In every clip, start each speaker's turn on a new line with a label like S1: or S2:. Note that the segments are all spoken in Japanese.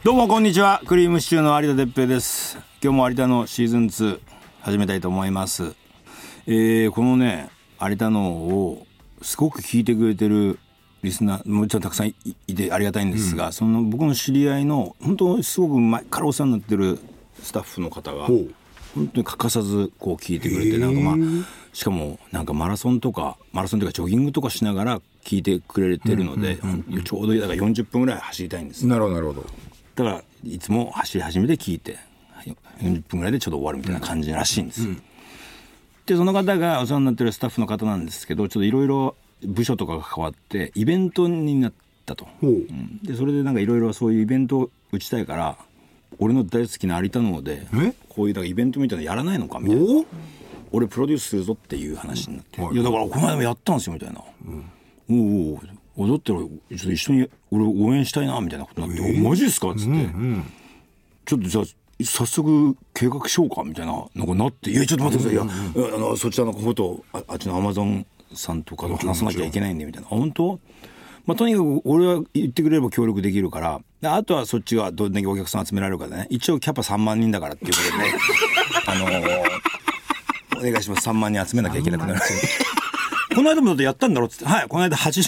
S1: どうもこんにちは、クリームシチューの有田哲平です。今日も有田のシーズン2始めたいと思います。このね有田のをすごく聞いてくれてるリスナーもちろんたくさん いてありがたいんですが、その僕の知り合いの本当すごく前からお世話になってるスタッフの方が本当に欠かさずこう聞いてくれて、なんかしかもなんかマラソンというかジョギングとかしながら聞いてくれてるので、ちょうどだから40分ぐらい走りたいんです。
S2: なるほど。
S1: だからいつも走り始めて聞いて40分ぐらいでちょっと終わるみたいな感じらしいんです。でその方がお世話になってるスタッフの方なんですけど、ちょっといろいろ部署とかが変わってイベントになったと。でそれでなんかいろいろそういうイベントを打ちたいから、俺の大好きな有田のでこういうだからイベントみたいなのやらないのかみたいな、俺プロデュースするぞっていう話になって、いやだからこの間もやったんですよみたいな、おだってちょっと一緒に俺応援したいなみたいなことになって、マジですかっつって、ちょっとじゃあ早速計画しようかみたいなのがなって、いやちょっと待ってください、いやそちらのことをあっちのアマゾンさんとかと話さなきゃいけないんでみたいな、本当とにかく俺は言ってくれれば協力できるから、あとはそっちがどれだけお客さん集められるかでね、一応キャパ3万人だからっていうことでお願いします、3万人集めなきゃいけなくなるこの間もだってやったんだろっつって、はいこの間80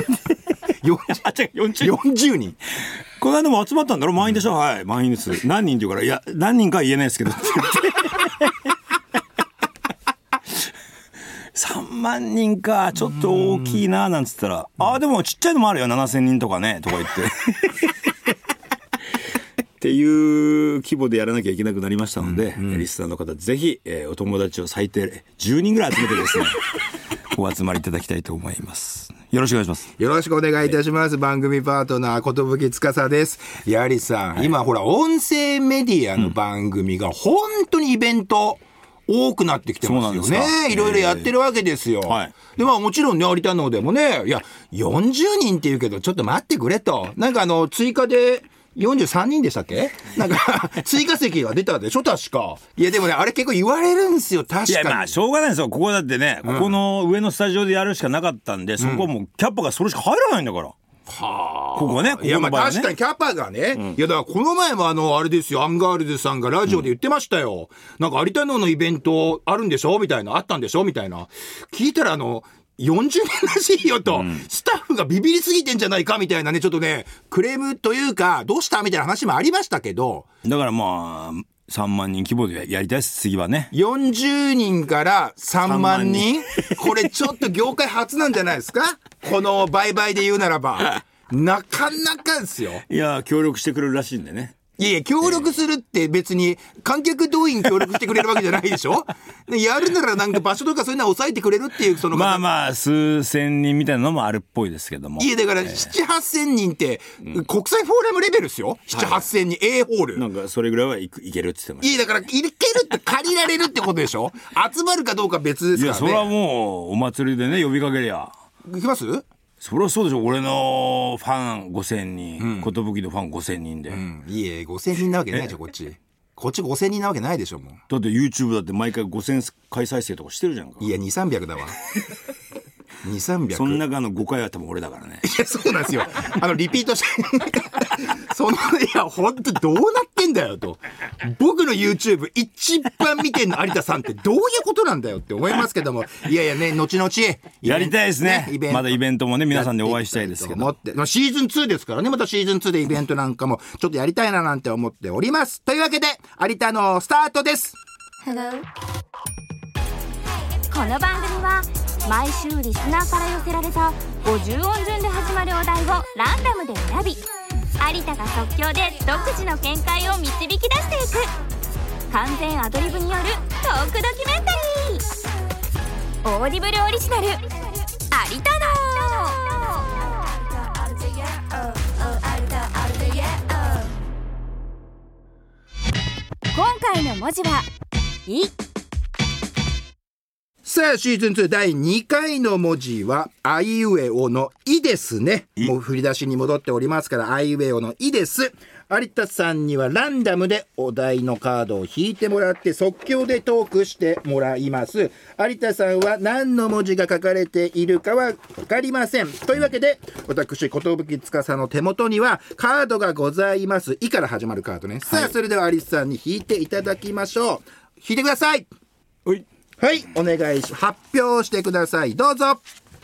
S1: 40人この間も集まったんだろ、満員でしょ、はい満員です、何人って言うから、いや何人かは言えないですけどって言って3万人かちょっと大きいななんつったら、でもちっちゃいのもあるよ7000人とかねとか言ってっていう規模でやらなきゃいけなくなりましたので、リスナーの方ぜひ、お友達を最低10人ぐらい集めてですねお集まりいただきたいと思います。よろしくお願いします。
S2: よろしくお願いいたします。番組パートナー寿司です。やりさん、今ほら音声メディアの番組が本当にイベント多くなってきてますよね。いろいろやってるわけですよ。でもちろんね有田のでもね、いや40人って言うけどちょっと待ってくれと、なんか追加で43人でしたっけ、なんか追加席が出たでしょ確か。いやでもねあれ結構言われるんですよ。確かに。いや
S1: しょうがないですよ。ここだってね、ここの上のスタジオでやるしかなかったんで、そこはもうキャッパがそれしか入らないんだから。ここね、
S2: いや確かにキャパがね、いやだからこの前もあれですよ、アンガールズさんがラジオで言ってましたよ、なんか有田のイベントあるんでしょみたいな、あったんでしょみたいな聞いたら40人らしいよと、スタッフがビビりすぎてんじゃないかみたいなね、ちょっとねクレームというかどうしたみたいな話もありましたけど、
S1: だから3万人規模でやりたいです。次はね
S2: 40人から3万人これちょっと業界初なんじゃないですかこの売買で言うならばなかなかですよ。
S1: いや協力してくれるらしいんでね。
S2: いや協力するって別に観客動員協力してくれるわけじゃないでしょやるならなんか場所とかそういうのは抑えてくれるっていう、その
S1: 数千人みたいなのもあるっぽいですけども、
S2: いやだから7、8,000人って国際フォーラムレベルですよ。7、8,000人 A ホール
S1: なんかそれぐらいはいけるって言ってました。
S2: いやだからいけるって借りられるってことでしょ集まるかどうか別ですからね。
S1: いやそれはもうお祭りでね呼びかけりゃ
S2: 行きます。
S1: そりゃそうでしょ。俺のファン5000人、寿のファン5000人で、
S2: いえ5000人なわけないでしょこっち5000人なわけないでしょもう。
S1: だって YouTube だって毎回5000回再生とかしてるじゃんか。
S2: いや2、300だわ2、300。
S1: その中の5回は多分俺だからね。
S2: いやそうなんですよリピートしていや本当どうなってんだよと、僕の YouTube 一番見てんの有田さんってどういうことなんだよって思いますけども、いやいやね後々
S1: やりたいですね。まだイベントもね皆さんでお会いしたいですけど、
S2: シーズン2ですからね、またシーズン2でイベントなんかもちょっとやりたいななんて思っております。というわけで有田のスタートです。
S3: Hello。 この番組は毎週リスナーから寄せられた50音順で始まるお題をランダムで選び、有田が即興で独自の見解を導き出していく完全アドリブによるトークドキュメンタリー。オーディブルオリジナル有田の。今回の文字は「い」。
S2: さあシーズン2第2回の文字はあいうえおのいですね。もう振り出しに戻っておりますからあいうえおのいです。 有田さんにはランダムでお題のカードを引いてもらって即興でトークしてもらいます。有田さんは何の文字が書かれているかは分かりません。というわけで私寿司の手元にはカードがございます。「い」から始まるカードね。さあそれでは有田さんに引いていただきましょう。引いてください。はい、お願いします。発表してください。どうぞ。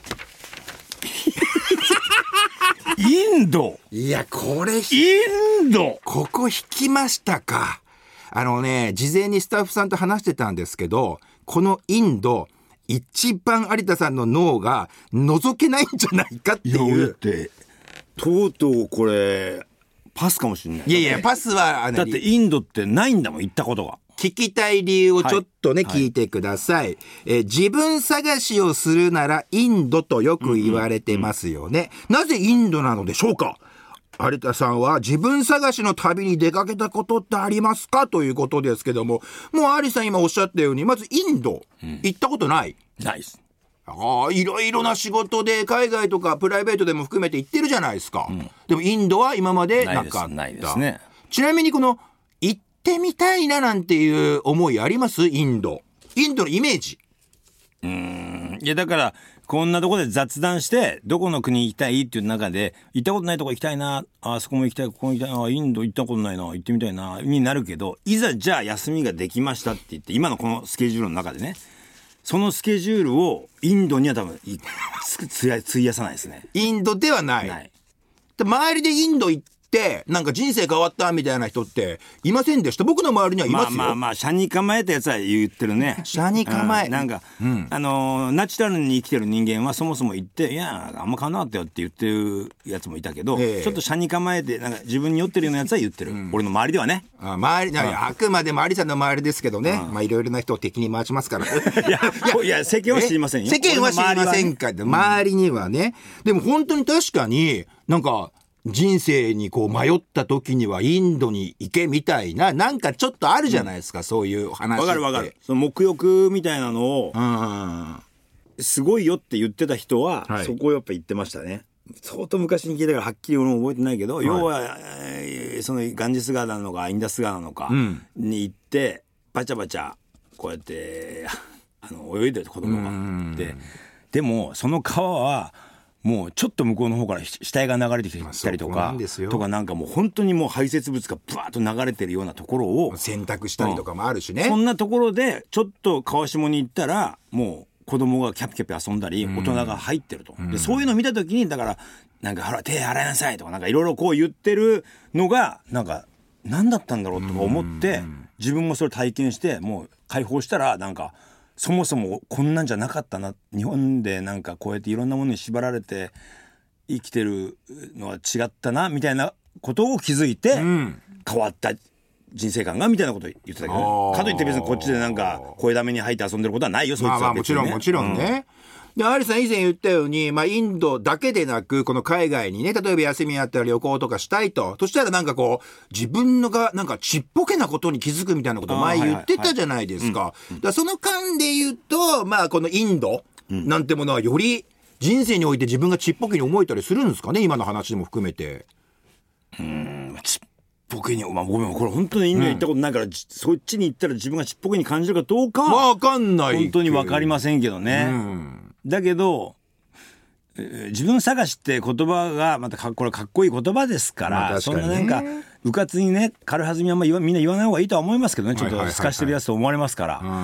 S1: インド。
S2: いや、これ、
S1: インド。
S2: ここ引きましたか。事前にスタッフさんと話してたんですけど、このインド、一番有田さんの脳が覗けないんじゃないかっていう。
S1: いや、だって、とうとうこれ、パスかもしれない。
S2: いやいや、パスは、
S1: だってインドってないんだもん、行ったことが。
S2: 聞きたい理由をちょっとね、聞いてください。自分探しをするならインドとよく言われてますよね。なぜインドなのでしょうか。有田さんは自分探しの旅に出かけたことってありますかということですけども、もう有田さん今おっしゃったように、まずインド、行ったことない？
S1: ないです。
S2: いろいろな仕事で海外とかプライベートでも含めて行ってるじゃないですか。でもインドは今までなかった。
S1: ないですね。
S2: ちなみにこの行ってみたいななんていう思いあります？インドのイメージ。
S1: いやだからこんなとこで雑談してどこの国行きたいっていう中で行ったことないとこ行きたいな、あそこも行きたい、ここも行きたい、インド行ったことないな、行ってみたいなになるけど、いざじゃあ休みができましたって言って今のこのスケジュールの中でね、そのスケジュールをインドには多分費やさないですね。
S2: インドではない。で周りでインド行ってなんか人生変わったみたいな人っていませんでした？僕の周りにはいますよ。
S1: まあ車に構えたやつは言ってるね。
S2: 車に構え、
S1: なんか、ナチュラルに生きてる人間はそもそも言っていやあんま変わんなかったよって言ってるやつもいたけど、ちょっと車に構えてなんか自分に酔ってるようなやつは言ってる、俺の周りではね。
S2: あくまでも有さんの周りですけどね、いろいろな人を敵に回しますから
S1: いや世間は知りませんよ。
S2: 世間は知りませんか、周りにはね。でも本当に確かになんか人生にこう迷った時にはインドに行けみたいな、なんかちょっとあるじゃないですか、そういう話って。
S1: わかる。その沐浴みたいなのを、すごいよって言ってた人は、そこをやっぱ言ってましたね。相当昔に聞いたからはっきり俺も覚えてないけど、要は、そのガンジス川なのかインダス川なのかに行って、バチャバチャこうやって泳いでる子供がで、でもその川はもうちょっと向こうの方から死体が流れてきたりとか、なんかもう本当にもう排泄物がブワーッと流れてるようなところを
S2: 洗濯したりとかもあるしね、
S1: そんなところでちょっと川下に行ったらもう子供がキャピキャピ遊んだり大人が入ってると、でそういうのを見た時にだからなんかほら手洗いなさいとかなんかいろいろこう言ってるのがなんか何だったんだろうとか思って、自分もそれ体験してもう解放したらなんかそもそもこんなんじゃなかったな、日本でなんかこうやっていろんなものに縛られて生きてるのは違ったなみたいなことを気づいて変わった人生観がみたいなことを言ってたけど、かといって別にこっちでなんか声だめに入って遊んでることはないよ、そいつは別にね。
S2: もちろんね、で有さん以前言ったように、インドだけでなくこの海外にね、例えば休みあったら旅行とかしたいと、そしたらなんかこう自分のがなんかちっぽけなことに気づくみたいなことを前言ってたじゃないですか。だからその間で言うとこのインドなんてものはより人生において自分がちっぽけに思えたりするんですかね、今の話も含めて。
S1: ちっぽけに、ごめんこれ本当にインドに行ったことないから、そっちに行ったら自分がちっぽけに感じるかどうか
S2: わかんない、
S1: 本当に分かりませんけどね、だけど、自分探しって言葉がまたこれかっこいい言葉ですから、そんななんかうかつにね軽はずみあんまみんな言わない方がいいとは思いますけどね、ちょっと透かしてるやつと思われますから、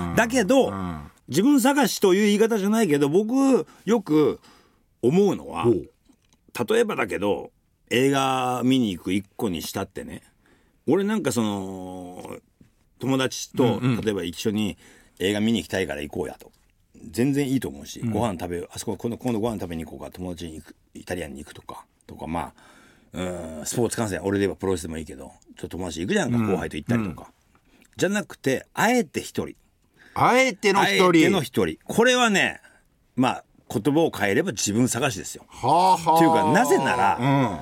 S1: だけど、自分探しという言い方じゃないけど、僕よく思うのは、例えばだけど映画見に行く一個にしたってね、俺なんかその友達と例えば一緒に映画見に行きたいから行こうやと全然いいと思うし、ご飯食べあそこ今度ご飯食べに行こうか、友達に行くイタリアンに行くとかスポーツ観戦、俺で言えばプロレスでもいいけどちょっと友達行くじゃんか、後輩と行ったりとか、じゃなくてあえて一人、
S2: あえての一人、
S1: これはね言葉を変えれば自分探しですよ。
S2: って
S1: いうかなぜなら、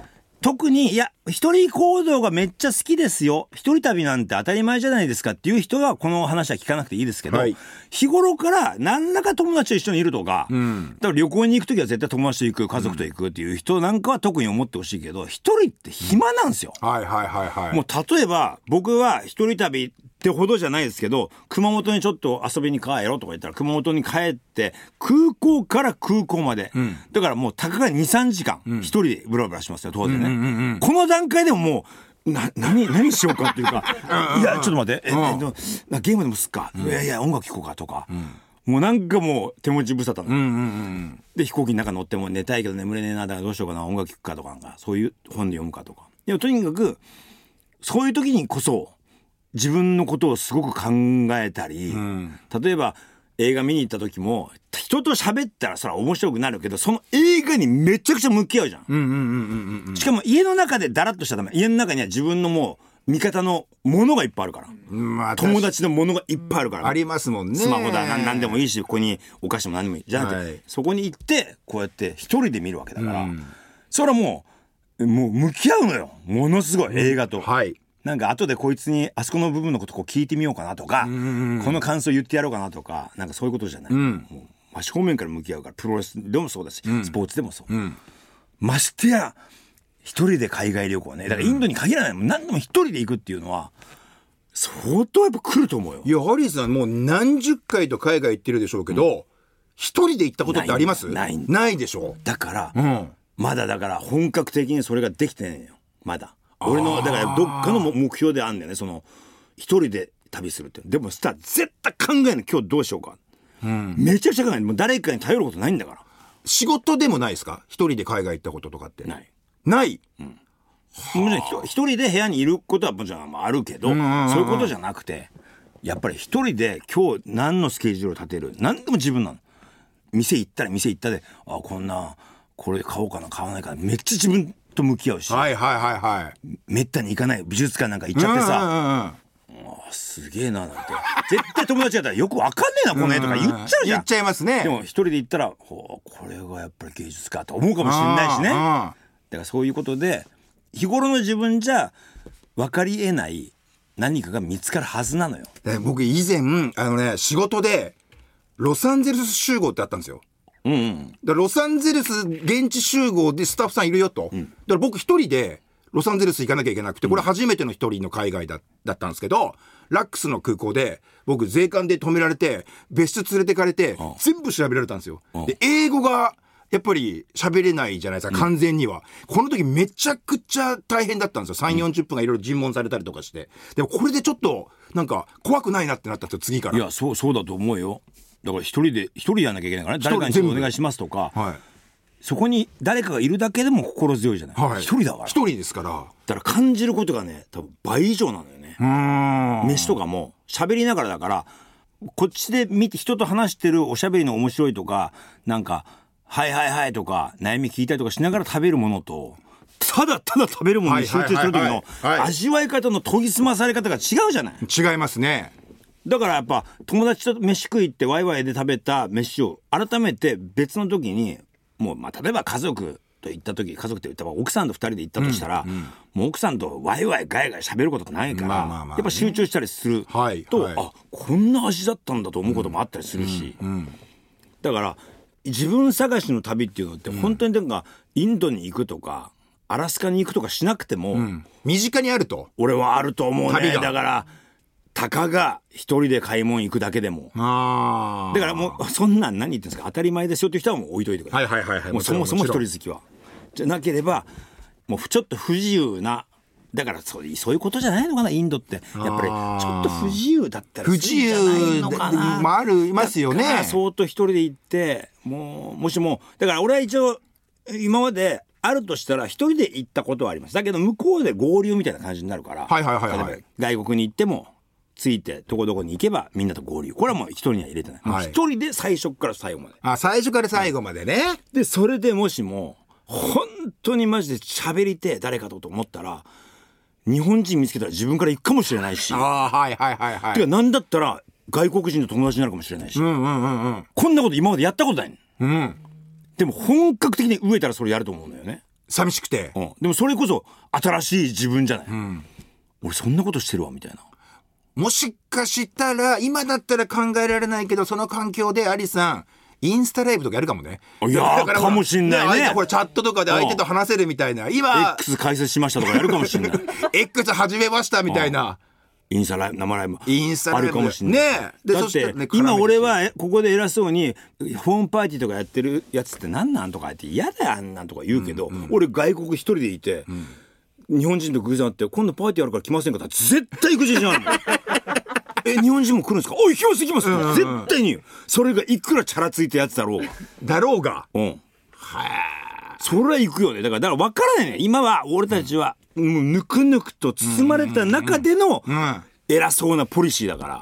S1: 特にいや一人行動がめっちゃ好きですよ、一人旅なんて当たり前じゃないですかっていう人はこの話は聞かなくていいですけど、はい、日頃から何らか友達と一緒にいるとか、だから旅行に行くときは絶対友達と行く、家族と行くっていう人なんかは特に思ってほしいけど、一人って暇なんですよ。
S2: はいはいはいはい。
S1: もう例えば僕は一人旅ってほどじゃないですけど、熊本にちょっと遊びに帰ろうとか言ったら熊本に帰って空港から空港まで、だからもうたかが 2,3 時間一人でブラブラしますよ当然ね、この段階でももう何しようかっていうかいやちょっと待って、ゲームでもすっか、いや音楽聴こうかとか、もうなんかもう手持ち無沙汰な、で飛行機の中乗っても寝たいけど眠れねえな、だからどうしようかな、音楽聴くかとか、なんかそういう本で読むかとか、でもとにかくそういう時にこそ自分のことをすごく考えたり、例えば映画見に行った時も人と喋ったらそれは面白くなるけど、その映画にめちゃくちゃ向き合うじゃん。しかも家の中でダラッとしたらダメ。家の中には自分のもう味方のものがいっぱいあるから、友達のものがいっぱいあるから、
S2: ありますもんね。
S1: スマホだ何でもいいし、ここにお菓子も何でもいいじゃなくて、そこに行ってこうやって一人で見るわけだから、それはもう向き合うのよ、ものすごい映画と。なんか後でこいつにあそこの部分のことこう聞いてみようかなとか、この感想言ってやろうかなとか、なんかそういうことじゃない、もう真正面から向き合うから、プロレスでもそうだし、スポーツでもそう、ましてや一人で海外旅行ね、だからインドに限らない、何でも一人で行くっていうのは相当やっぱ来ると思うよ。
S2: いやハリーさんもう何十回と海外行ってるでしょうけど、一人で行ったことってあります？ないでしょ。
S1: だから、まだだから本格的にそれができてないのよ、まだ。俺のだからどっかの目標であんだよね、その一人で旅するって。でも絶対考えない、今日どうしようか、めちゃくちゃ考えない。もう誰かに頼ることないんだから。
S2: 仕事でもないですか、一人で海外行ったこととかって。
S1: ない。
S2: も
S1: ちろん一人で部屋にいることはもちろんあるけど、そういうことじゃなくて、やっぱり一人で今日何のスケジュールを立てる、何でも自分なの。店行ったら店行ったで、これ買おうかな買わないかな、めっちゃ自分と向き合うし、めったに行かない美術館なんか行っちゃってさ、すげえななんて絶対友達だったらよくわかんねえなこの絵とか言っちゃうじゃん。
S2: 言っちゃいますね。
S1: でも一人で行ったらこれがやっぱり芸術家と思うかもしれないしね。だからそういうことで日頃の自分じゃ分かりえない何かが見つかるはずなのよ。
S2: 僕以前仕事でロサンゼルス集合ってあったんですよ。だからロサンゼルス現地集合でスタッフさんいるよと、だから僕一人でロサンゼルス行かなきゃいけなくて、これ初めての一人の海外だったんですけど、ラックスの空港で僕税関で止められて別室連れてかれて全部調べられたんですよ。で英語がやっぱり喋れないじゃないですか、完全には。この時めちゃくちゃ大変だったんですよ。3、40分がいろいろ尋問されたりとかして、でもこれでちょっとなんか怖くないなってなったんですよ、次から。
S1: いやそうだと思うよ。だから一人でやんなきゃいけないからね、誰かにお願いしますとか、そこに誰かがいるだけでも心強いじゃない、一人だから
S2: 一人ですから。
S1: だから感じることがね多分倍以上なのよね。飯とかも喋りながらだから、こっちで見て人と話してるおしゃべりの面白いとか、なんかはいとか悩み聞いたりとかしながら食べるものと、ただ食べるものに集中する時の味わい方の研ぎ澄まされ方が違うじゃない。
S2: 違いますね。
S1: だからやっぱ友達と飯食いってワイワイで食べた飯を改めて別の時にもう例えば家族と行った時、家族って言ったら奥さんと2人で行ったとしたら、もう奥さんとワイワイガヤガヤ喋ることがないから、やっぱ集中したりすると、こんな味だったんだと思うこともあったりするし、だから自分探しの旅っていうのって本当になんかインドに行くとかアラスカに行くとかしなくても、
S2: 身近にあると
S1: 俺はあると思うね。だからたかが一人で買い物行くだけでも、だからもうそんなん何言ってんですか、当たり前ですよっていう人はもう置いといてください。もうそもそも一人好きはじゃなければもうちょっと不自由な、だからそういうことじゃないのかな、インドってやっぱりちょっと不自由だったら
S2: 不自由もありますよね。だから
S1: 相当一人で行ってもしもだから俺は一応今まであるとしたら一人で行ったことはあります。だけど向こうで合流みたいな感じになるから、例えば外国に行ってもついてどこどこに行けばみんなと合流、これはもう一人には入れてない、一人で最初から最後まで。
S2: 最初から最後までね。
S1: でそれでもしも本当にマジで喋りて誰かと思ったら日本人見つけたら自分から行くかもしれないし、てかなんだったら外国人の友達になるかもしれないし、こんなこと今までやったことない、でも本格的に飢えたらそれやると思うんだよね。
S2: 寂しくて、
S1: でもそれこそ新しい自分じゃない、俺そんなことしてるわみたいな。
S2: もしかしたら今だったら考えられないけど、その環境でアリさんインスタライブとかやるかもね。
S1: いやーかもしんないね。
S2: これチャットとかで相手と話せるみたいな。今
S1: X 開設しましたとかやるかもしんない
S2: X 始めましたみたいな。
S1: インスタライブ、生ライブあ
S2: インスタライブ
S1: るかもしんない
S2: ね。で
S1: だって今俺はここで偉そうにフォームパーティーとかやってるやつって何なんとか言って嫌だよあんなんとか言うけど、俺外国一人でいて、日本人と偶然会って今度パーティーあるから来ませんかって絶対行く自信あるの日本人も来るんですか。おい行きます行きます、絶対に言う。それがいくらチャラついたやつだろうがそれは行くよね。だから分からないね。今は俺たちはもうぬくぬくと包まれた中での偉そうなポリシーだから、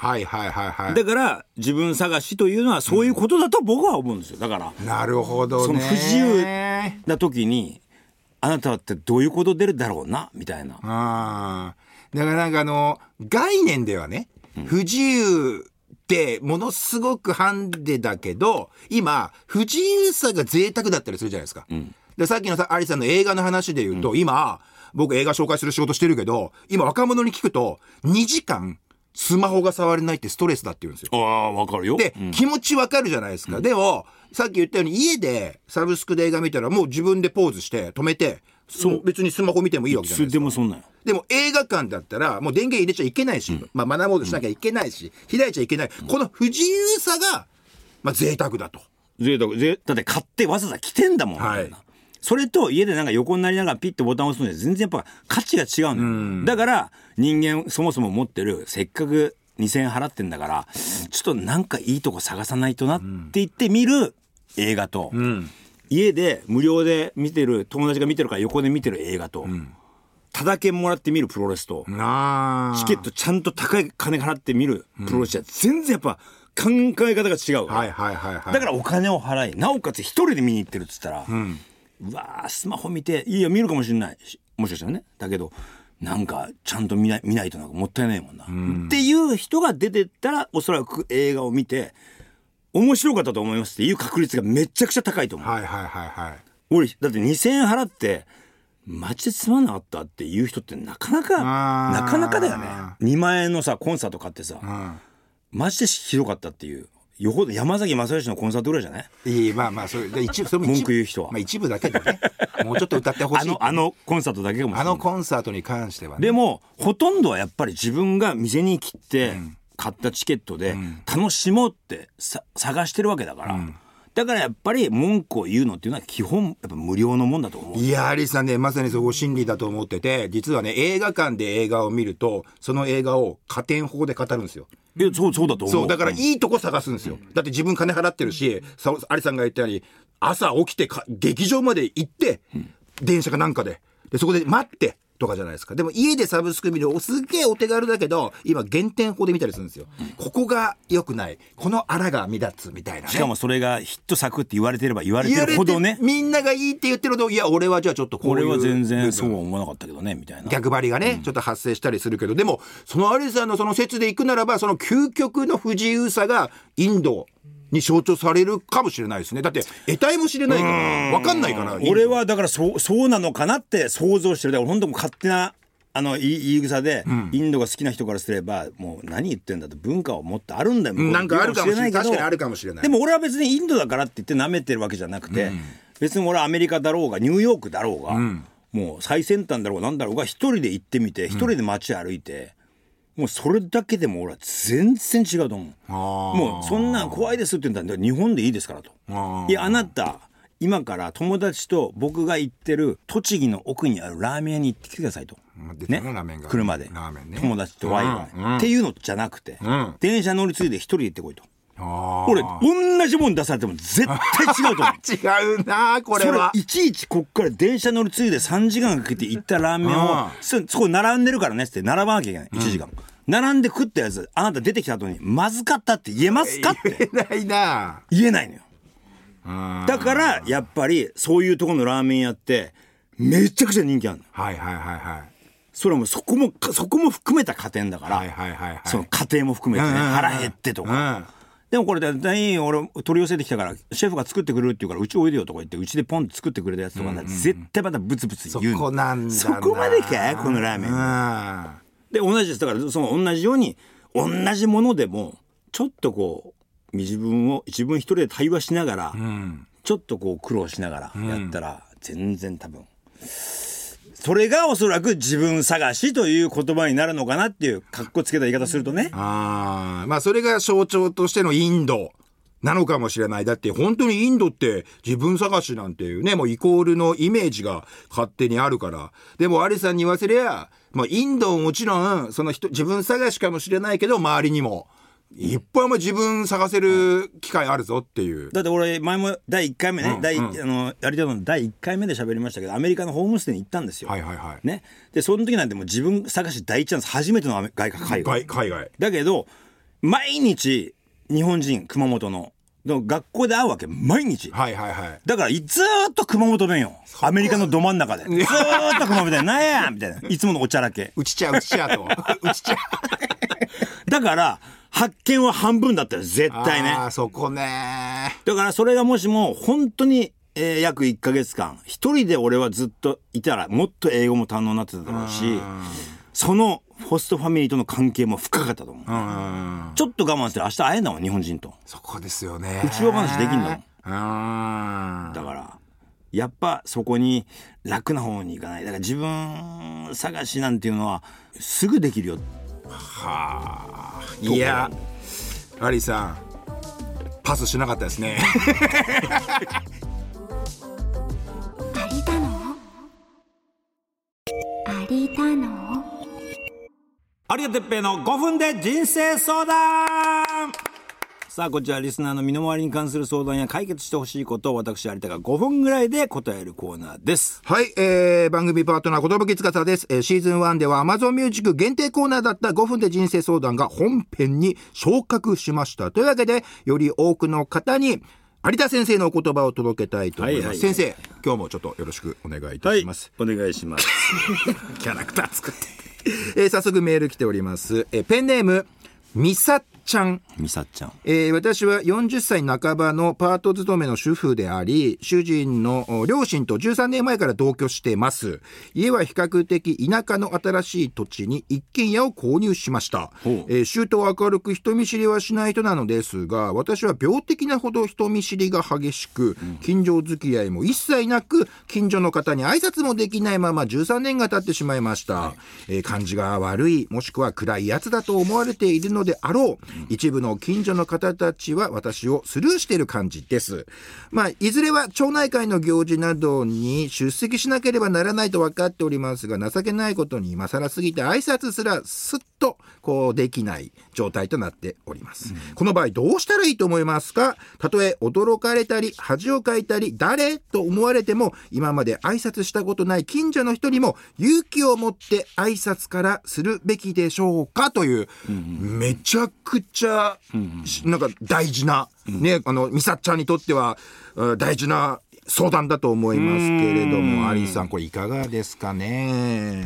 S1: だから自分探しというのはそういうことだと僕は思うんですよ。だから
S2: なるほどね。
S1: その不自由な時にあなたってどういうこと出るだろうなみたいな。
S2: だからなんか概念ではね、不自由ってものすごくハンデだけど、今不自由さが贅沢だったりするじゃないですか、でさっきのアリさんの映画の話で言うと、今僕映画紹介する仕事してるけど、今若者に聞くと2時間スマホが触れないってストレスだって言うんですよ。
S1: わかるよ。
S2: で、気持ちわかるじゃないですか、でもさっき言ったように家でサブスクで映画見たらもう自分でポーズして止めて、別にスマホ見てもいいわけじゃないですか。
S1: でもそんなんよ。
S2: でも映画館だったらもう電源入れちゃいけないし、学ぼうとしなきゃいけないし、開いちゃいけない、この不自由さが贅沢だと。
S1: 贅沢だって買ってわざわざ来てんだもん、それと家でなんか横になりながらピッとボタンを押すので全然やっぱ価値が違うのよ、だから人間そもそも持ってるせっかく2000円払ってんだからちょっとなんかいいとこ探さないとなって言って見る映画と、家で無料で見てる友達が見てるから横で見てる映画と、タダ券もらって見るプロレスと、チケットちゃんと高い金払って見るプロレスじゃ全然やっぱ考え方が違う、だからお金を払いなおかつ一人で見に行ってるっつったら、うわスマホ見ていいよ見るかもしれないもしかしたらね、だけどなんかちゃんと見ないとなんかもったいないもんな、っていう人が出てったらおそらく映画を見て面白かったと思いますっていう確率がめちゃくちゃ高いと思う。俺だって2000円払ってマジでつまんなかったっていう人ってなかなかだよね。2万円のさコンサート買ってさ、マジでひどかったっていう、よほど山崎まさよしのコンサートぐらいじゃない？いい、
S2: それでそれも
S1: 文句言う人は、
S2: 一部だけどねもうちょっと歌ってほしい
S1: あのコンサートだけかもしれない。
S2: コンサートに関してはね。
S1: でもほとんどはやっぱり自分が店に来て買ったチケットで楽しもうって探してるわけだから、だからやっぱり文句を言うのっていうのは基本やっぱ無料のもんだと思う。
S2: いやアリさんね、まさにそこ真理だと思ってて、実はね映画館で映画を見るとその映画を加点法で語るんですよ。
S1: そうだと思う。
S2: そうだからいいとこ探すんですよ、だって自分金払ってるし、アリさんが言ったように朝起きて劇場まで行って、電車かなんかでそこで待ってとかじゃないですか。でも家でサブスク見るすげえお手軽だけど今減点法で見たりするんですよ、ここが良くない、このあらが目立つみたいなね。
S1: しかもそれがヒット作って言われてれば言われてるほどね、
S2: みんながいいって言ってると、いや俺はじゃあちょっとこういう、
S1: 俺は全然そうは思わなかったけどねみたいな
S2: 逆張りがね、ちょっと発生したりするけど、でもそのアリさんのその説でいくならば、その究極の不自由さがインドに象徴されるかもしれないですね。だって得体も知れないから分かんないから。
S1: 俺はだからそうなのかなって想像してる。だから本当も勝手な言い草で、インドが好きな人からすればもう何言ってんだと、文化をもっとあるんだよ、
S2: なんかあるかもしれないけど、確かにあるかもしれない。
S1: でも俺は別にインドだからって言って舐めてるわけじゃなくて、別に俺はアメリカだろうがニューヨークだろうが、もう最先端だろうがなんだろうが一人で行ってみて、一人で街歩いて、もうそれだけでも俺は全然違うと思う。もうそんなん怖いですって言うんだったら日本でいいですからと。いやあなた今から友達と僕が行ってる栃木の奥にあるラーメン屋に行ってきてくださいと、ね、車で友達とワイワイっていうのじゃなくて、電車乗り継いで一人で行ってこいと。俺同じもん出されても絶対違うと思う
S2: 違うなこれは。
S1: それいちいちこっから電車乗り継いで3時間かけて行ったラーメンをそこ並んでるからねって並ばなきゃいけない1時間、並んで食ったやつあなた出てきた後にまずかったって言えますかって
S2: 言えないな。
S1: 言えないのよ。だからやっぱりそういうところのラーメン屋ってめちゃくちゃ人気あるの。それもそこも含めた加点だから、その家庭も含めてね、腹減ってとか、 でもこれだい俺取り寄せてきたからシェフが作ってくれるって言うからうちおいでよとか言ってうちでポンと作ってくれたやつとか、絶対またブツブツ言う
S2: そこなんだな。
S1: そこまでかこのラーメンで同じです。だからその同じように同じものでもちょっとこう自分一人で対話しながら、ちょっとこう苦労しながらやったら、全然多分それがおそらく自分探しという言葉になるのかなっていうかっこつけた言い方するとね。
S2: まあそれが象徴としてのインドなのかもしれない。だって本当にインドって自分探しなんていうね、もうイコールのイメージが勝手にあるから。でもアリさんに言わせりゃ、まあインドももちろんその自分探しかもしれないけど、周りにもいっぱいも自分探せる機会あるぞっていう。
S1: だって俺前も第1回目ね、有田の第1回目で喋りましたけど、アメリカのホームステイに行ったんですよ。ね。でその時なんてもう自分探し第一チャンス、初めての海外。だけど毎日日本人熊本の学校で会うわけ、毎日。だからずーっと熊本弁よ。アメリカのど真ん中でずーっと熊本弁なんやみたいな、いつものおちゃらけ
S2: うちちゃとうちちゃ
S1: だから発見は半分だったよ絶対ね。
S2: そこね。
S1: だからそれがもしも本当に、約1ヶ月間一人で俺はずっといたらもっと英語も堪能になってただろうし、そのホストファミリーとの関係も深かったと思う。ちょっと我慢して明日会えんだもん日本人と。
S2: そこですよね。
S1: 内輪話できんだもん。だからやっぱそこに楽な方に行かない。だから自分探しなんていうのはすぐできるよ。
S2: いやアリさんパスしなかったですね。
S1: 有田哲平の5分で人生相談。さあこちらリスナーの身の回りに関する相談や解決してほしいことを私有田が5分ぐらいで答えるコーナーです。
S2: はい、番組パートナー寿司です。シーズン1では Amazon Music 限定コーナーだった5分で人生相談が本編に昇格しました。というわけでより多くの方に有田先生のお言葉を届けたいと思います。先生今日もちょっとよろしくお願いいたします。
S1: お願いします。
S2: キャラクター作って早速メール来ております。ペンネームみさちゃん。
S1: 私は
S2: 40歳半ばのパート勤めの主婦であり、主人の両親と13年前から同居しています。家は比較的田舎の新しい土地に一軒家を購入しました。周到明るく人見知りはしない人なのですが、私は病的なほど人見知りが激しく、近所付き合いも一切なく、近所の方に挨拶もできないまま13年が経ってしまいました。感じが悪い、もしくは暗いやつだと思われているのであろう。一部の近所の方たちは私をスルーしている感じです。いずれは町内会の行事などに出席しなければならないと分かっておりますが、情けないことに今更すぎて挨拶すらすっとできない状態となっております。この場合どうしたらいいと思いますか？たとえ驚かれたり恥をかいたり誰と思われても、今まで挨拶したことない近所の人にも勇気を持って挨拶からするべきでしょうかという、めちゃくちゃなんか大事な、みさっちゃんにとっては大事な相談だと思いますけれども、アリさんこれいかがですかね。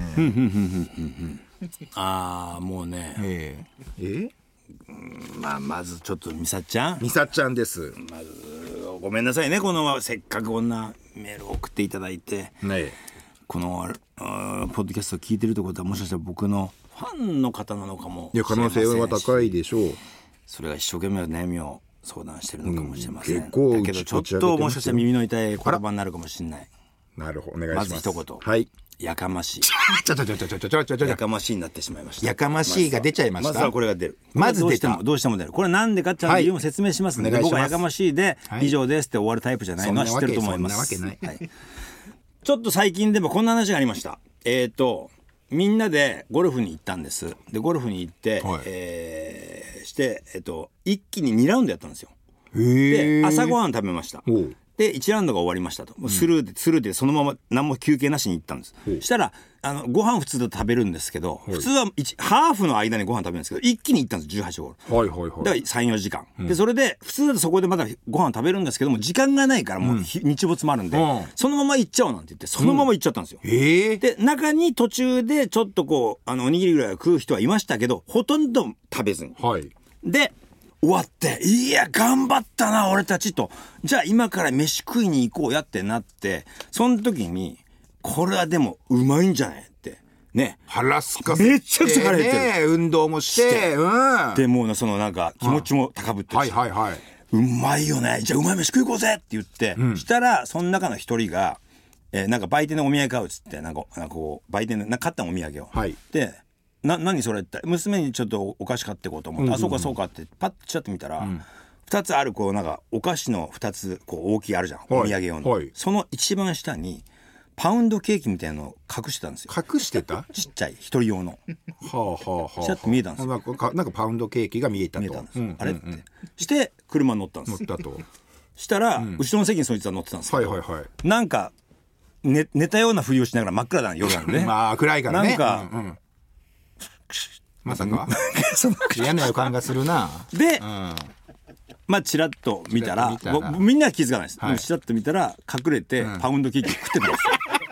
S1: もうね、まずちょっとみさっちゃ
S2: んです。
S1: まずごめんなさいね、このせっかくこんなメールを送っていただいて、このポッドキャストを聞いてるってことはもしかしたら僕のファンの方なのかもしれませんし、
S2: 可能性は高いでしょう。
S1: それが一生懸命悩みを相談してるのかもしれません。
S2: 結構
S1: だけどちょっともしかしたら耳の痛い言葉になるかもしれない。
S2: なるほど、お願いします。
S1: まず一言。
S2: はい。
S1: やかましい。
S2: や
S1: かましいになってしまいました。
S2: やかましいが出ちゃいました。
S1: まずはこれが出る。
S2: まず出た。
S1: どうしても出る。これなんでかっていう理由も説明しますので、僕はやかましいで以上ですって終わるタイプじゃないのは知ってると思います。
S2: そんなわけない。
S1: ちょっと最近でもこんな話がありました。みんなでゴルフに行ったんです。でゴルフに行って、一気に2ラウンドやったんですよ。で朝ごはん食べました。で1ラウンドが終わりましたと、スルーでそのまま何も休憩なしに行ったんです。したらご飯普通だと食べるんですけど、普通はハーフの間にご飯食べるんですけど、一気に行ったんです18ホール。だから 3,4 時間、でそれで普通だとそこでまだご飯食べるんですけども、時間がないからもう日没もあるんで、そのまま行っちゃおうなんて言ってそのまま行っちゃったんですよ。で中に途中でちょっとおにぎりぐらい食う人はいましたけど、ほとんど食べずに、で終わって、いや頑張ったな俺たちと、じゃあ今から飯食いに行こうやってなって、その時にこれはでもうまいんじゃないってね、
S2: 腹すかせて、ね、
S1: めっちゃくちゃ腹減ってる、
S2: 運動もして、
S1: でもうそのなんか気持ちも高ぶってるし、うまいよね、じゃあうまい飯食い行こうぜって言って、したらその中の一人が、なんか売店でお土産買うっつって、なんかこう売店で買ったお土産を、で何それって娘にちょっとお菓子買ってこうと思って、あそうかそうかってパッとちょっと見たら、2つあるこうなんかお菓子の2つこう大きいあるじゃん、お土産用の、その一番下にパウンドケーキみたいなのを隠してたんですよ。
S2: 隠してた？
S1: ちっちゃい一人用のちょっと見えたんですよ。
S2: なんかパウンドケーキが見えたんですよ、
S1: あれって、して車に乗ったんです。
S2: 乗ったと
S1: したら、後ろの席にそいつは乗ってたんですけど、なんか、寝たようなふりをしながら真っ暗な夜なんで、
S2: まあ暗いからね、
S1: なんか、
S2: まさか嫌な予感がするな。
S1: で、まあチラッと見たら、みんなは気づかないです、チラッと見たら隠れてパウンドケーキ食ってたんです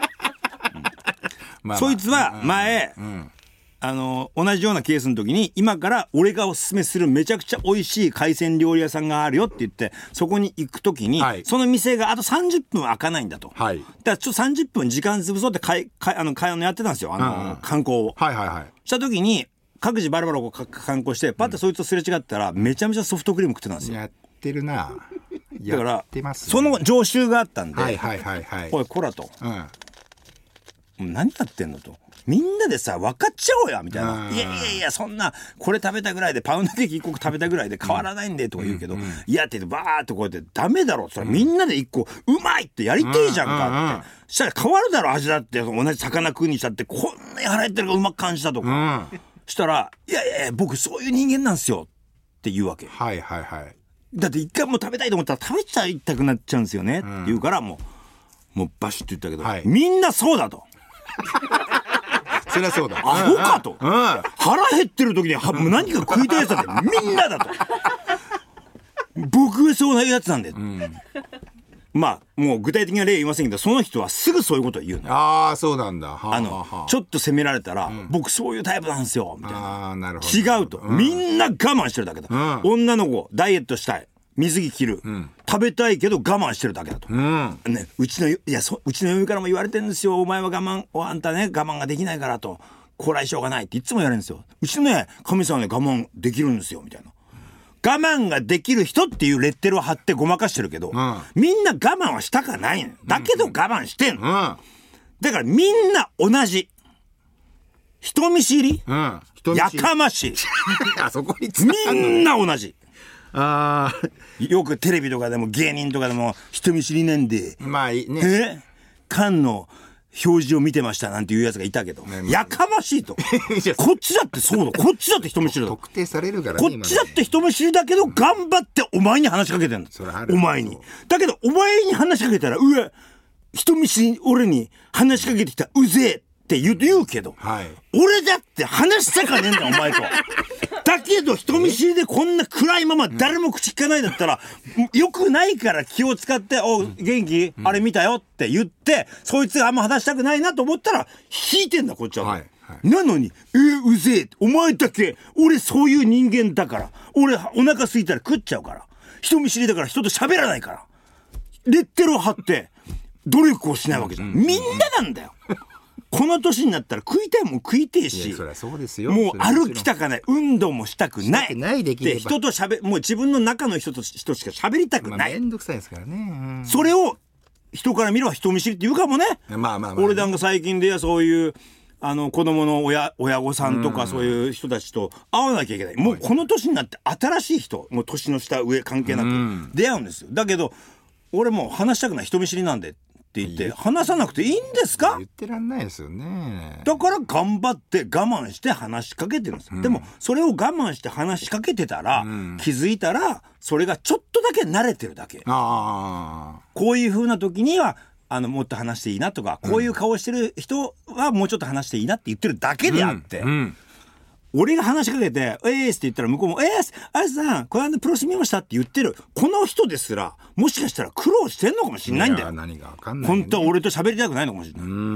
S1: よ。そいつは前、同じようなケースの時に、今から俺がおすすめするめちゃくちゃ美味しい海鮮料理屋さんがあるよって言って、そこに行く時に、その店があと30分開かないんだと、だからちょっと30分時間潰そうってやってたんですよ、観光を、した時に各自バラバラを観光して、パッとそいつとすれ違ったら、めちゃめちゃソフトクリーム食ってたんですよ。
S2: やってるな。
S1: だから、その常習があったんで、おいこらと、何やってんのと、みんなでさ分かっちゃおうやみたいな、いやそんなこれ食べたぐらいで、パウンドケーキ1個食べたぐらいで変わらないんでとか言うけど、いやって言ってバーってこうやってダメだろ、それみんなで1個うまいってやりてえじゃんかって、したら変わるだろ味だって、同じ魚食うにしたってこんなに腹減ってるからうまく感じたとか、したらいや僕そういう人間なんですよって言うわけ。だって一回もう食べたいと思ったら食べちゃいたくなっちゃうんですよねって言うから、もうバシッと言ったけど、みんなそうだと
S2: そりゃそうだ、
S1: アホかと、腹減ってる時に何か食いたいやつだってみんなだと僕はそうなやつなんで、まあもう具体的な例言いませんけど、その人はすぐそういうことを言うの。
S2: ああそうなんだ。
S1: ちょっと責められたら、僕そういうタイプなんですよみたいな。違うと、みんな我慢してるだけだ、女の子ダイエットしたい、水着着る、食べたいけど我慢してるだけだと、ね、うちの嫁からも言われてるんですよ、お前はあんたね我慢ができないからと、こらえ性がないっていつも言われるんですよ。うちのね神様はね我慢できるんですよみたいな。我慢ができる人っていうレッテルを貼ってごまかしてるけど、みんな我慢はしたかないのよ。だけど我慢してんの、だからみんな同じ、人見知り、やかましい
S2: あそこに
S1: みんな同じ。よくテレビとかでも芸人とかでも人見知りなんで、
S2: まあね、
S1: 缶の表示を見てましたなんていうやつがいたけど、やかましいとこっちだってそうだ、こっちだって人見知りだ、
S2: 特定されるから
S1: ね、こっちだって人見知りだけど頑張ってお前に話しかけてんの、お前に。だけどお前に話しかけたら、うわ人見知り俺に話しかけてきたうぜえって言うけど、俺だって話したかねえんだお前とだけど人見知りでこんな暗いまま誰も口聞かないんだったら、よくないから気を使って、お元気、あれ見たよって言って、そいつがあんま話したくないなと思ったら引いてんだこっちは、なのにうぜえ、お前だけ俺そういう人間だから、俺お腹空いたら食っちゃうから、人見知りだから人と喋らないから、レッテルを貼って努力をしないわけじゃん、みんななんだよこの年になったら食いたいもん食いてえし、もう歩きたかない、運動もしたくないで人ともう自分の中の人しか喋りたくない、
S2: めんどくさいですからね、
S1: それを人から見れば人見知りって言うかもね、俺なんか最近でそういう子供の親御さんとかそういう人たちと会わなきゃいけない、もうこの年になって新しい人、もう年の下上関係なく出会うんですよ。だけど俺もう話したくない人見知りなんでって言って話さなくていいんですか？
S2: 言ってらんないですよね。
S1: だから頑張って我慢して話しかけてるんですよ、でもそれを我慢して話しかけてたら、気づいたらそれがちょっとだけ慣れてるだけ。こういう風な時にはもっと話していいなとか、こういう顔してる人はもうちょっと話していいなって言ってるだけであって、俺が話しかけて「って言ったら向こうも「あやさんこの間プロス見ました」って言ってるこの人ですら、もしかしたら苦労してんのかもしれないんだよ。
S2: 何が分かんない、
S1: 本当は俺と喋りたくないのかもしれない、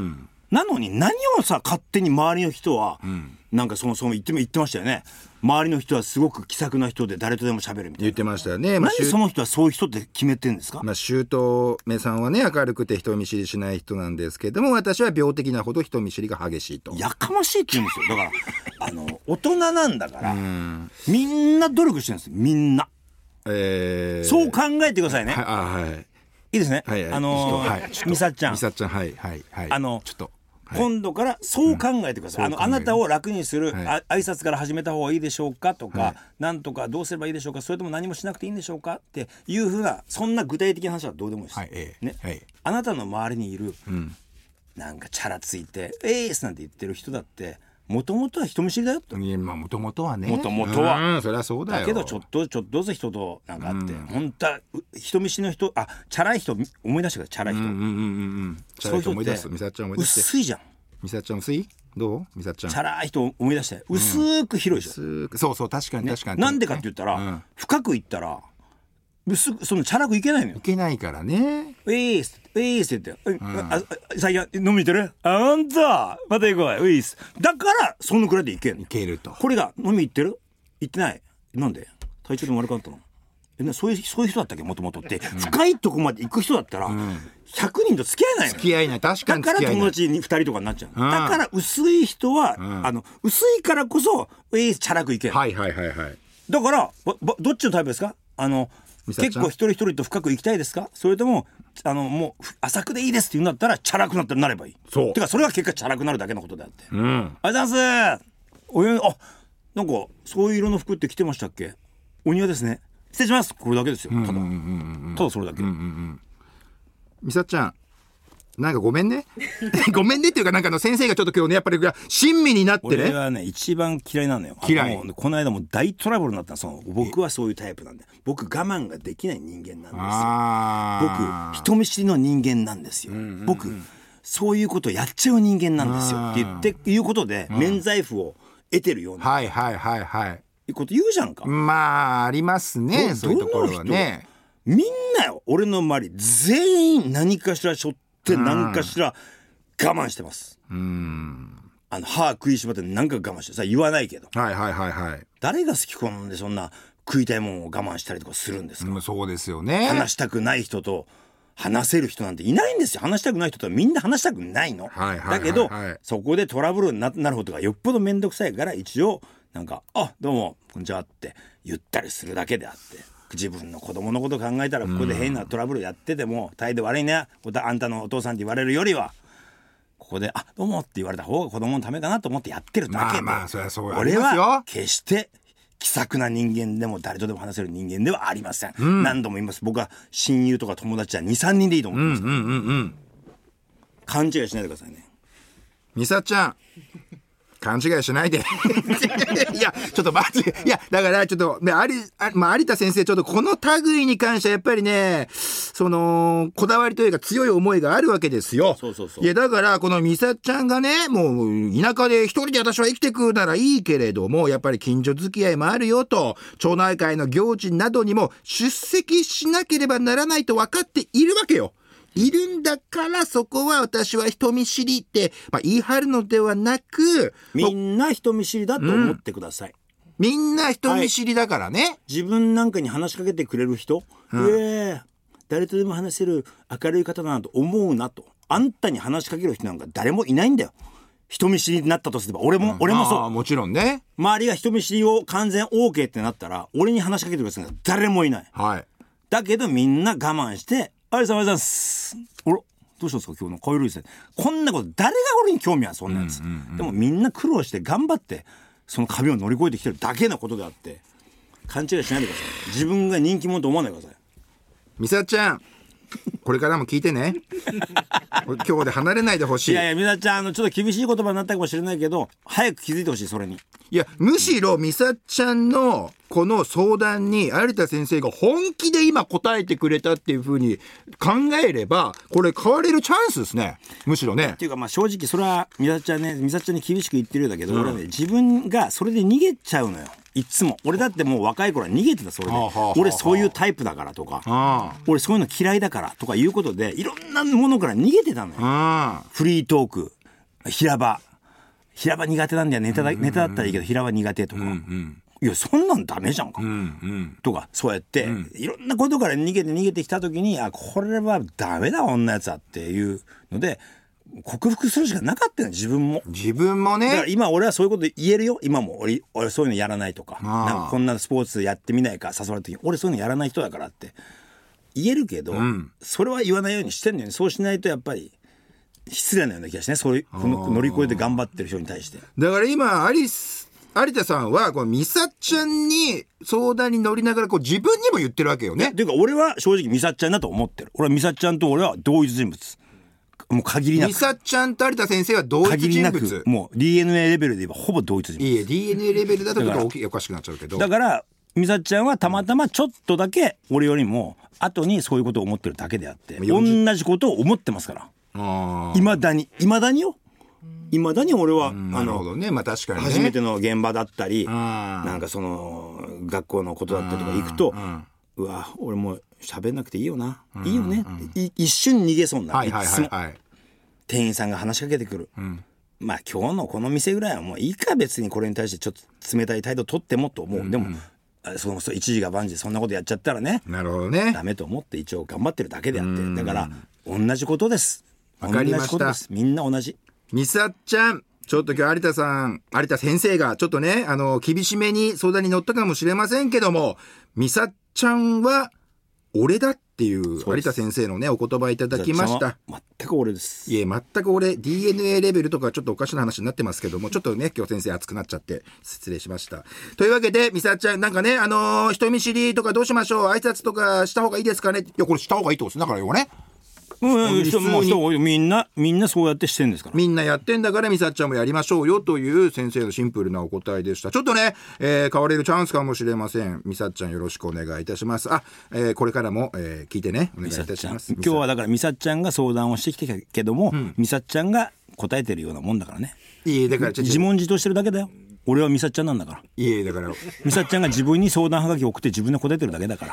S1: なのに何をさ勝手に周りの人は、なんかそも言ってましたよね。周りの人はすごく気さくな人で誰とでも喋るみたいな
S2: 言ってましたよね。
S1: 何その人はそういう人って決めてんですか？
S2: 姑さんはね明るくて人見知りしない人なんですけども、私は病的なほど人見知りが激しいと。
S1: やかましいって言うんですよ。だから大人なんだからみんな努力してるんですよ。みんな、そう考えてくださいね。いいですね。みさっちゃん、
S2: はいちょっと
S1: 今度からそう考えてください。あなたを楽にする、挨拶から始めた方がいいでしょうかとか、なんとかどうすればいいでしょうか、それとも何もしなくていいんでしょうかっていうふうな、そんな具体的な話はどうでもいいです、ね。あなたの周りにいる、なんかチャラついてーすなんて言ってる人だってもともとは人見知りだよと。
S2: もともとはね。
S1: もともとは。
S2: そりゃそうだよ。
S1: だけどちょっとずつ人となんかあって、本当は人見知りの人、チャラい人思い出してください。チャラい人。
S2: そういう人思い出す。みさちゃん思い出して。
S1: 薄いじゃん。
S2: みさちゃん薄い？どう？みさちゃん。
S1: チャラい人思い出して。薄く広いでしょ。
S2: そう確かに確かに。
S1: なんでかって言ったら、深くいったらそのチャラくいけないのよ。
S2: いけないからね。
S1: ウィースって言って、最近飲みに行ってる？ほんとまた行こう。ウィースだからそのくらいでいける。
S2: いけると。
S1: これが飲み行ってる？行ってない。なんで？体調でも悪かったの？そういう人だったっけもともとって、深いとこまで行く人だったら、100人と付き合えないの。
S2: 付き合えない。確かに付き合えない。
S1: だから友達に2人とかになっちゃう。だから薄い人は、薄いからこそチャラくいける。だからどっちのタイプですか？結構一人一人と深く行きたいですか？それとももう浅くでいいですって言うんだったらチャラくなればいい。てかそれが結果チャラくなるだけのことであって、ありがとうございます。なんかそういう色の服って着てましたっけ？お庭ですね。失礼します。これだけですよ。ただそれだけ。
S2: みさちゃんなんかごめんねごめんねっていうか、なんか先生がちょっと今日ねやっぱり親身になってね。
S1: 俺はね一番嫌いなのよ。
S2: 嫌い。
S1: この間も大トラブルになったの。僕はそういうタイプなんで、僕我慢ができない人間なんですよ。僕人見知りの人間なんですよ。僕そういうことやっちゃう人間なんですよっていうことで免罪符を得てるようなこと言うじゃんか。
S2: まあありますね、そういうところはね。
S1: みんなよ、俺の周り全員何かしら背負って何かしら我慢してます。歯食いしばって何か我慢してさ、言わないけど、誰が好き好んでそんな食いたいもんを我慢したりとかするんですか？
S2: そうですよね。
S1: 話したくない人と話せる人なんていないんですよ。話したくない人とはみんな話したくないの。だけどそこでトラブルになることがよっぽど面倒くさいから、一応なんかどうもこんにちはって言ったりするだけであって、自分の子供のこと考えたらここで変なトラブルやってても態度悪いねあんたのお父さんって言われるよりは、ここでどうもって言われた方が子供のためかなと思ってやってるだけで、俺は決して気さくな人間でも誰とでも話せる人間ではありません。何度も言います。僕は親友とか友達は 2,3 人でいいと思ってますから、勘違いしないでくださいね。
S2: みさちゃん勘違いしないでいやちょっとまずだからちょっと有田先生ちょっとこの類に関してはやっぱりねこだわりというか強い思いがあるわけですよ。いやだからこのみさちゃんがね、もう田舎で一人で私は生きてくならいいけれども、やっぱり近所付き合いもあるよと、町内会の行事などにも出席しなければならないと分かっているわけよ。いるんだから、そこは私は人見知りって、言い張るのではなく、
S1: みんな人見知りだと思ってください。
S2: みんな人見知りだからね。
S1: 自分なんかに話しかけてくれる人、誰とでも話せる明るい方だなと思うなと。あんたに話しかける人なんか誰もいないんだよ。人見知りになったとすれば俺もそう。
S2: もちろんね。
S1: 周りが人見知りを完全 OK ってなったら俺に話しかけてくれる人なんか誰もいない。だけどみんな我慢して、ありがとうございます。どうしたんですか今日の顔色いいですね。こんなこと誰が俺に興味ある、そんなやつ。でもみんな苦労して頑張ってその壁を乗り越えてきてるだけのことであって、勘違いしないでください。自分が人気者と思わないでください。
S2: みさちゃんこれからも聞いてね今日で離れないでほしい。
S1: いやみさちゃんちょっと厳しい言葉になったかもしれないけど、早く気づいてほしい。それに
S2: いやむしろみさちゃんのこの相談に有田先生が本気で今答えてくれたっていう風に考えれば、これ変われるチャンスですね、むしろね。
S1: っていうか正直それはみさちゃんに厳しく言ってるようだけど、俺はね自分がそれで逃げちゃうのよ。いつも俺だってもう若い頃は逃げてた。それで俺そういうタイプだからとか、俺そういうの嫌いだからとかいうことでいろんなものから逃げてたのよ。フリートーク平場苦手なんだよ、ネタだったらいいけど平場苦手とか、いやそんなんダメじゃんか、とかそうやって、いろんなことから逃げてきた時にこれはダメだ女やつはっていうので克服するしかなかったよ自分もね。だから今俺はそういうこと言えるよ。今も俺そういうのやらないとか、なんかこんなスポーツやってみないか誘われた時に俺そういうのやらない人だからって言えるけど、それは言わないようにしてんのよね。そうしないとやっぱり失礼なような気がしてね、そういう乗り越えて頑張ってる人に対して。
S2: だから今有田さんはこの美沙ちゃんに相談に乗りながら自分にも言ってるわけよね。
S1: っていうか俺は正直美沙ちゃんだと思ってる。俺は美沙ちゃんと俺は同一人物、もう限りなく
S2: 美沙ちゃんと有田先生は同一人物、
S1: 限りなくもう DNA レベルで言えばほぼ同一人物。
S2: いや DNA レベルだとちょっとおかしくなっちゃうけど、
S1: だから美沙ちゃんはたまたまちょっとだけ俺よりも後にそういうことを思ってるだけであって、同じことを思ってますから。いまだによ。いまだに俺は、
S2: なるほどね、まあ確かにね、
S1: 初めての現場だったり、なんかその学校のことだったりとか行くと、うわ俺もう喋んなくていいよな、いいよねって一瞬逃げそうになる。いつも店員さんが話しかけてくる、まあ今日のこの店ぐらいはもういいか、別にこれに対してちょっと冷たい態度取ってもと思う。でもそう一時が万事でそんなことやっちゃったらね、
S2: なるほどね、
S1: ダメと思って一応頑張ってるだけであって、だから同じことです。
S2: わかりました。
S1: みんな同じ。
S2: 美沙ちゃん、ちょっと今日有田先生がちょっとね厳しめに相談に乗ったかもしれませんけども、美沙ちゃんは俺だっていう有田先生のねお言葉いただきました。
S1: 全く俺です。
S2: いえ全く俺 DNA レベルとかちょっとおかしな話になってますけども、ちょっとね今日先生熱くなっちゃって失礼しました。というわけで美沙ちゃんなんかね人見知りとかどうしましょう、挨拶とかした方がいいですかね。いやこれした方がいいってことです。だからよね、みんなそうやってしてんですから。 みんなやってんだから美沙ちゃんもやりましょうよという先生のシンプルなお答えでした。ちょっとね、変われるチャンスかもしれません。美沙ちゃんよろしくお願いいたします。これからも、聞いてねお願いいたします。
S1: 今日はだから美沙ちゃんが相談をしてきたけども、美沙ちゃんが答えてるようなもんだからね。
S2: いいだから
S1: 自問自答してるだけだよ。俺は美沙ちゃんなんだから。
S2: いいだから
S1: 美沙ちゃんが自分に相談はがきを送って自分で答えてるだけだから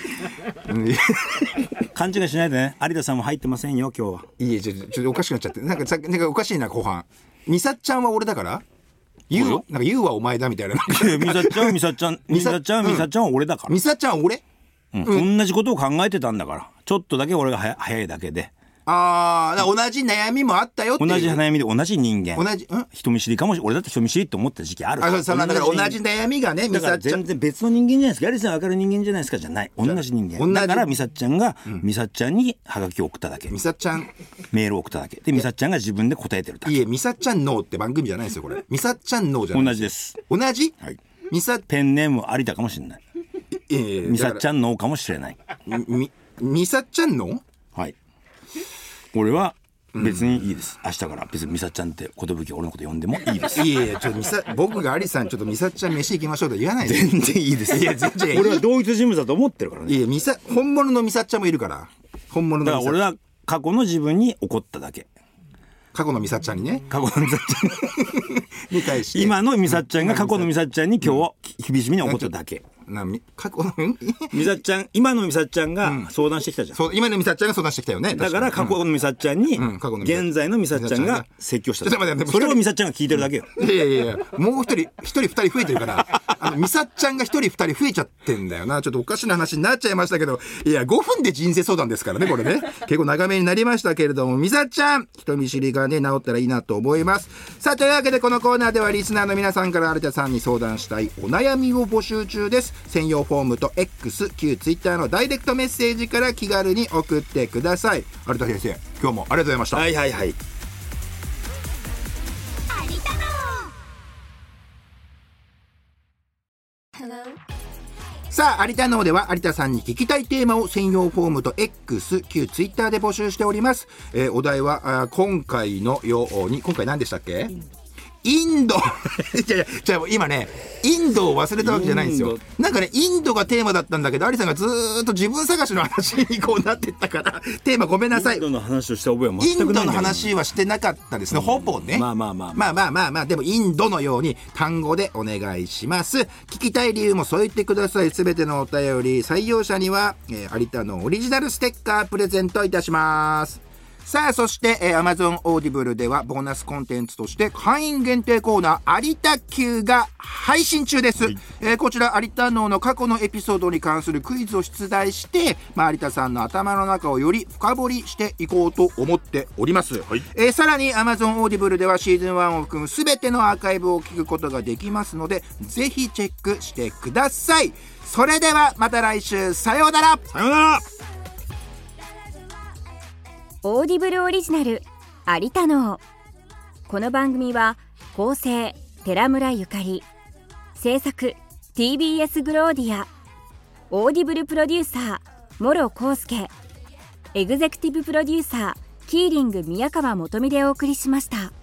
S1: 勘違いしないでね。有田さんも入ってませんよ今日は。
S2: いいちょっとおかしくなっちゃって、なんかおかしいな後半。美沙ちゃんは俺だから言うはお前だみたいな。
S1: 美沙ちゃんは俺だから。
S2: 美沙ちゃんは俺、
S1: 同じことを考えてたんだから、ちょっとだけ俺が早いだけで。
S2: 同じ悩みもあったよっていう。
S1: 同じ悩みで同じ人間、人見知りかもしれない。俺だって人見知りって思った時期ある。
S2: だから同じ悩みがね、
S1: だから全然別の人間じゃないですか。やりさん分かる人間じゃないですかじゃない、同じ人間だから。美沙ちゃんが美沙ちゃんにハガキを送っただけ、
S2: 美沙ちゃん
S1: メールを送っただけで、美沙ちゃんが自分で答えてるだけ。
S2: いえ美沙ちゃんノーって番組じゃないですよこれ。美沙ちゃんノーじゃない。
S1: 同じです。
S2: 同じ、
S1: はい、ペンネーム有田かもしれない。美沙ちゃんノーかもしれない。
S2: 美沙ちゃんノー、
S1: はい、俺は別にいいです、明日から別に美沙ちゃんって寿俺のこと呼んでもいいです。
S2: いやちょっと僕が有さんちょっと美沙ちゃん飯行きましょうと言わないで。
S1: 全然いいです。いや全然俺は同一人物だと思ってるからね。
S2: いや本物の美沙ちゃんもいるから。本物の
S1: だから俺は過去の自分に怒っただけ。
S2: 過去の美沙ちゃんにね、
S1: 過去の美沙ちゃん
S2: に対して
S1: 今の美沙ちゃんが過去の美沙ちゃんに今日厳しみに怒っただけ。
S2: 過去の
S1: 美沙ちゃん、今の美沙ちゃんが相談してきたじゃん。
S2: そう今の美沙ちゃんが相談してきたよね。
S1: だから過去の美沙ちゃんに現在の美沙ちゃんが説教した。それを美沙ちゃんが聞いてるだけよ。
S2: いやもう一人二人増えてるから美沙ちゃんが一人二人増えちゃってんだよな。ちょっとおかしな話になっちゃいましたけど、いや5分で人生相談ですからねこれね。結構長めになりましたけれども、美沙ちゃん人見知りがね治ったらいいなと思います。さあというわけでこのコーナーではリスナーの皆さんから有田さんに相談したいお悩みを募集中です。専用フォームと X 旧 Twitter のダイレクトメッセージから気軽に送ってください。有田先生今日もありがとうございました。
S1: はいはいはい。
S2: さあ有田のでは有田さんに聞きたいテーマを専用フォームと X 旧 Twitter で募集しております。お題は今回のように、今回何でしたっけ？インドじゃあ今ねインドを忘れたわけじゃないんですよ。なんかねインドがテーマだったんだけど有さんがずーっと自分探しの話にこうなってったからテーマごめんなさい。
S1: インドの話をした覚えは全くないんだよ。
S2: インドの話はしてなかったですね、ほぼね。まあでもインドのように単語でお願いします。聞きたい理由も添えてください。すべてのお便り採用者には、有田のオリジナルステッカープレゼントいたします。 さあそして、Amazon Audible ではボーナスコンテンツとして会員限定コーナー有田 Q が配信中です、こちら有田脳の過去のエピソードに関するクイズを出題して、有田さんの頭の中をより深掘りしていこうと思っております、さらに Amazon Audible ではシーズン1を含む全てのアーカイブを聞くことができますので、ぜひチェックしてください。それではまた来週、さようなら。
S1: さようなら。
S3: オーディブルオリジナル有田脳。この番組は構成寺村ゆかり、制作 TBS グローディア、オーディブルプロデューサー諸康介、エグゼクティブプロデューサーキーリング宮川元美でお送りしました。